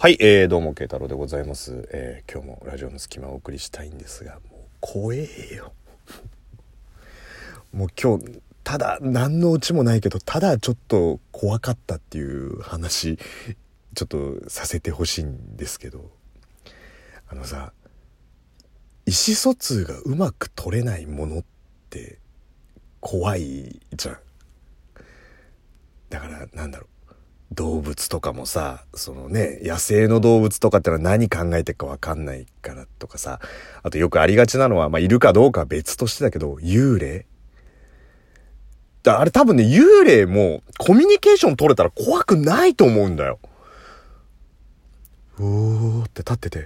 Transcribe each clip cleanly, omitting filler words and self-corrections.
はい、どうも慶太郎でございます。今日もラジオの隙間をお送りしたいんですが、もう怖えよ。もう今日ただ何のオチもないけど、ただちょっと怖かったっていう話ちょっとさせてほしいんですけど、さ、意思疎通がうまく取れないものって怖いじゃん。だからなんだろう、動物とかもさ、そのね、野生の動物とかってのは何考えてるか分かんないからとかさ、あとよくありがちなのは、いるかどうかは別としてだけど、幽霊あれ多分ね、幽霊もコミュニケーション取れたら怖くないと思うんだよ。うーって立ってて、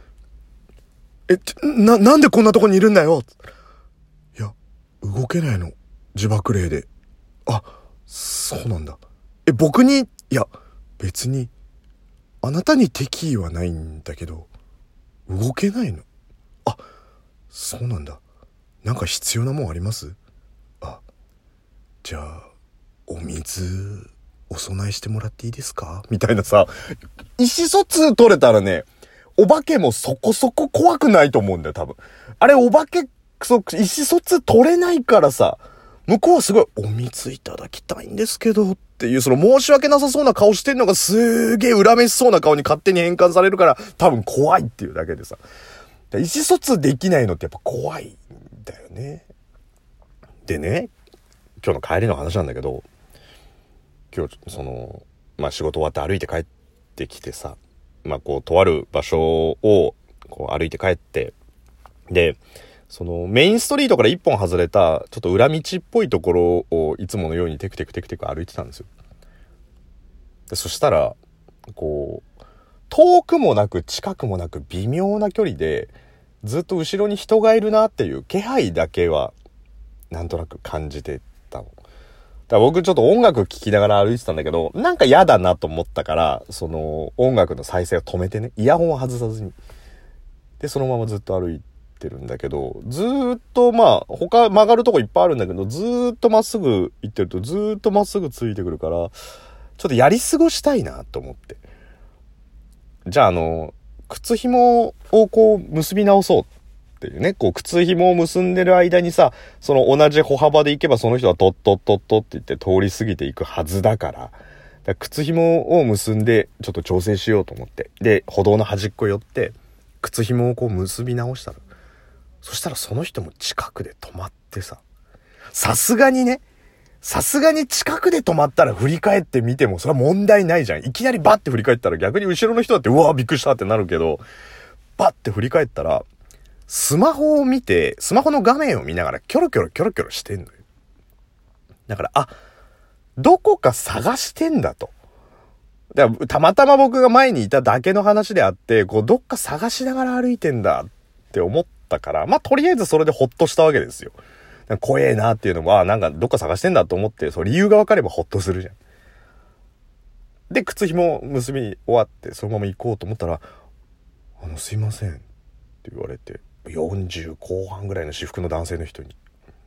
なんでこんなとこにいるんだよ。いや、動けないの。自爆霊で。あ、そうなんだ。僕に、いや、別に、あなたに敵意はないんだけど、動けないの。あ、そうなんだ。なんか必要なもんあります？あ、じゃあ、お水、お供えしてもらっていいですかみたいなさ、意思疎通取れたらね、お化けもそこそこ怖くないと思うんだよ、多分。あれ、お化け、意思疎通取れないからさ、向こうはすごい、お水いただきたいんですけどっていう、その申し訳なさそうな顔してんのがすーげー恨めしそうな顔に勝手に変換されるから、多分怖いっていうだけでさ。意思疎通できないのってやっぱ怖いんだよね。でね、今日の帰りの話なんだけど、今日仕事終わって歩いて帰ってきてさ、とある場所をこう歩いて帰って、で、そのメインストリートから一本外れたちょっと裏道っぽいところをいつものようにテクテクテクテク歩いてたんですよ。でそしたらこう遠くもなく近くもなく微妙な距離でずっと後ろに人がいるなっていう気配だけはなんとなく感じてたの。だから僕ちょっと音楽聴きながら歩いてたんだけど、なんか嫌だなと思ったから、その音楽の再生を止めてね、イヤホンを外さずに。で、そのままずっと歩いてるんだけど、ずーっと他曲がるとこいっぱいあるんだけど、ずーっとまっすぐ行ってるとずーっとまっすぐついてくるから、ちょっとやり過ごしたいなと思って。じゃあ靴紐をこう結び直そうっていうね、こう靴紐を結んでる間にさ、その同じ歩幅で行けばその人はトットットットって言って通り過ぎていくはずだから、靴紐を結んでちょっと調整しようと思って、で歩道の端っこ寄って靴紐をこう結び直したら、そしたらその人も近くで止まってさ、さすがに近くで止まったら振り返ってみてもそれは問題ないじゃん。いきなりバッて振り返ったら逆に後ろの人だってうわーびっくりしたってなるけど、バッて振り返ったらスマホを見て、スマホの画面を見ながらキョロキョロキョロキョロしてんのよ。だから、どこか探してんだと。だからたまたま僕が前にいただけの話であって、こうどっか探しながら歩いてんだって思ったから、とりあえずそれでホッとしたわけですよ。怖えなっていうのは、なんかどっか探してんだと思って、そう理由が分かればホッとするじゃん。で、靴紐結び終わって、そのまま行こうと思ったら、すいませんって言われて、40後半ぐらいの私服の男性の人に。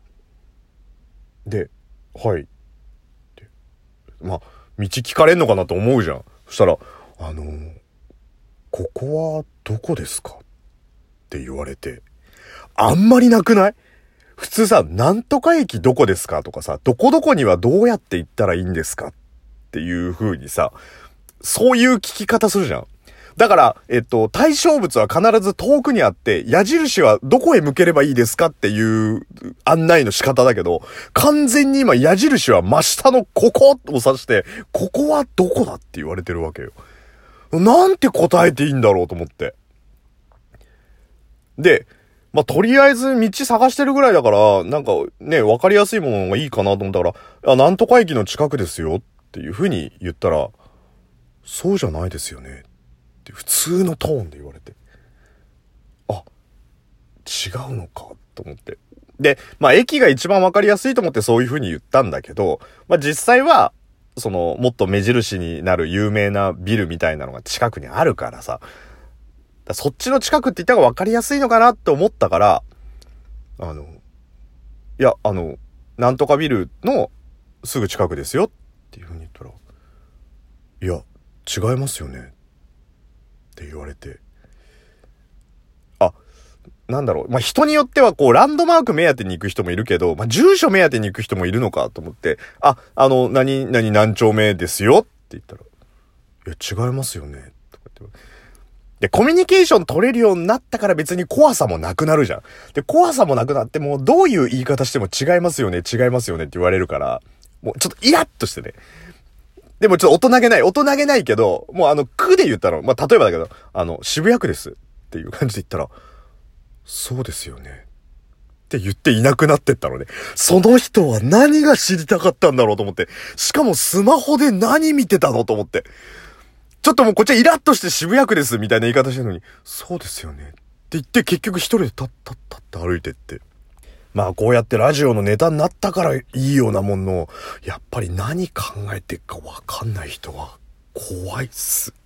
で、はいって。道聞かれんのかなと思うじゃん。そしたら、ここはどこですかって言われて、あんまりなくない？普通さ、なんとか駅どこですかとかさ、どこどこにはどうやって行ったらいいんですかっていう風にさ、そういう聞き方するじゃん。だから、対象物は必ず遠くにあって、矢印はどこへ向ければいいですかっていう案内の仕方だけど、完全に今矢印は真下のここを指して、ここはどこだって言われてるわけよ。なんて答えていいんだろうと思って。で、とりあえず道探してるぐらいだから、なんかね、わかりやすいものがいいかなと思ったから、なんとか駅の近くですよっていう風に言ったら、そうじゃないですよねって普通のトーンで言われて、あ、違うのかと思って。で、駅が一番わかりやすいと思ってそういう風に言ったんだけど、実際は、もっと目印になる有名なビルみたいなのが近くにあるからさ、そっちの近くって言った方が分かりやすいのかなって思ったから、いや、なんとかビルのすぐ近くですよっていう風に言ったら、いや、違いますよね。 って言われて、なんだろう。まあ、人によってはこう、ランドマーク目当てに行く人もいるけど、まあ、住所目当てに行く人もいるのかと思って、何丁目ですよって言ったら、いや、違いますよね。とか言って。で、コミュニケーション取れるようになったから別に怖さもなくなるじゃん。で、怖さもなくなっても、どういう言い方しても違いますよねって言われるから、もうちょっとイラッとしてね。でもちょっと大人げないけど、もう区で言ったの、まあ、例えばだけど、渋谷区ですっていう感じで言ったら、そうですよね。って言っていなくなってったのね。その人は何が知りたかったんだろうと思って。しかもスマホで何見てたのと思って。ちょっともうこっちはイラッとして渋谷区ですみたいな言い方してるのに、そうですよね。って言って結局一人でタッタッタッって歩いてって。まあこうやってラジオのネタになったからいいようなもんの、やっぱり何考えてっかわかんない人は怖いっす。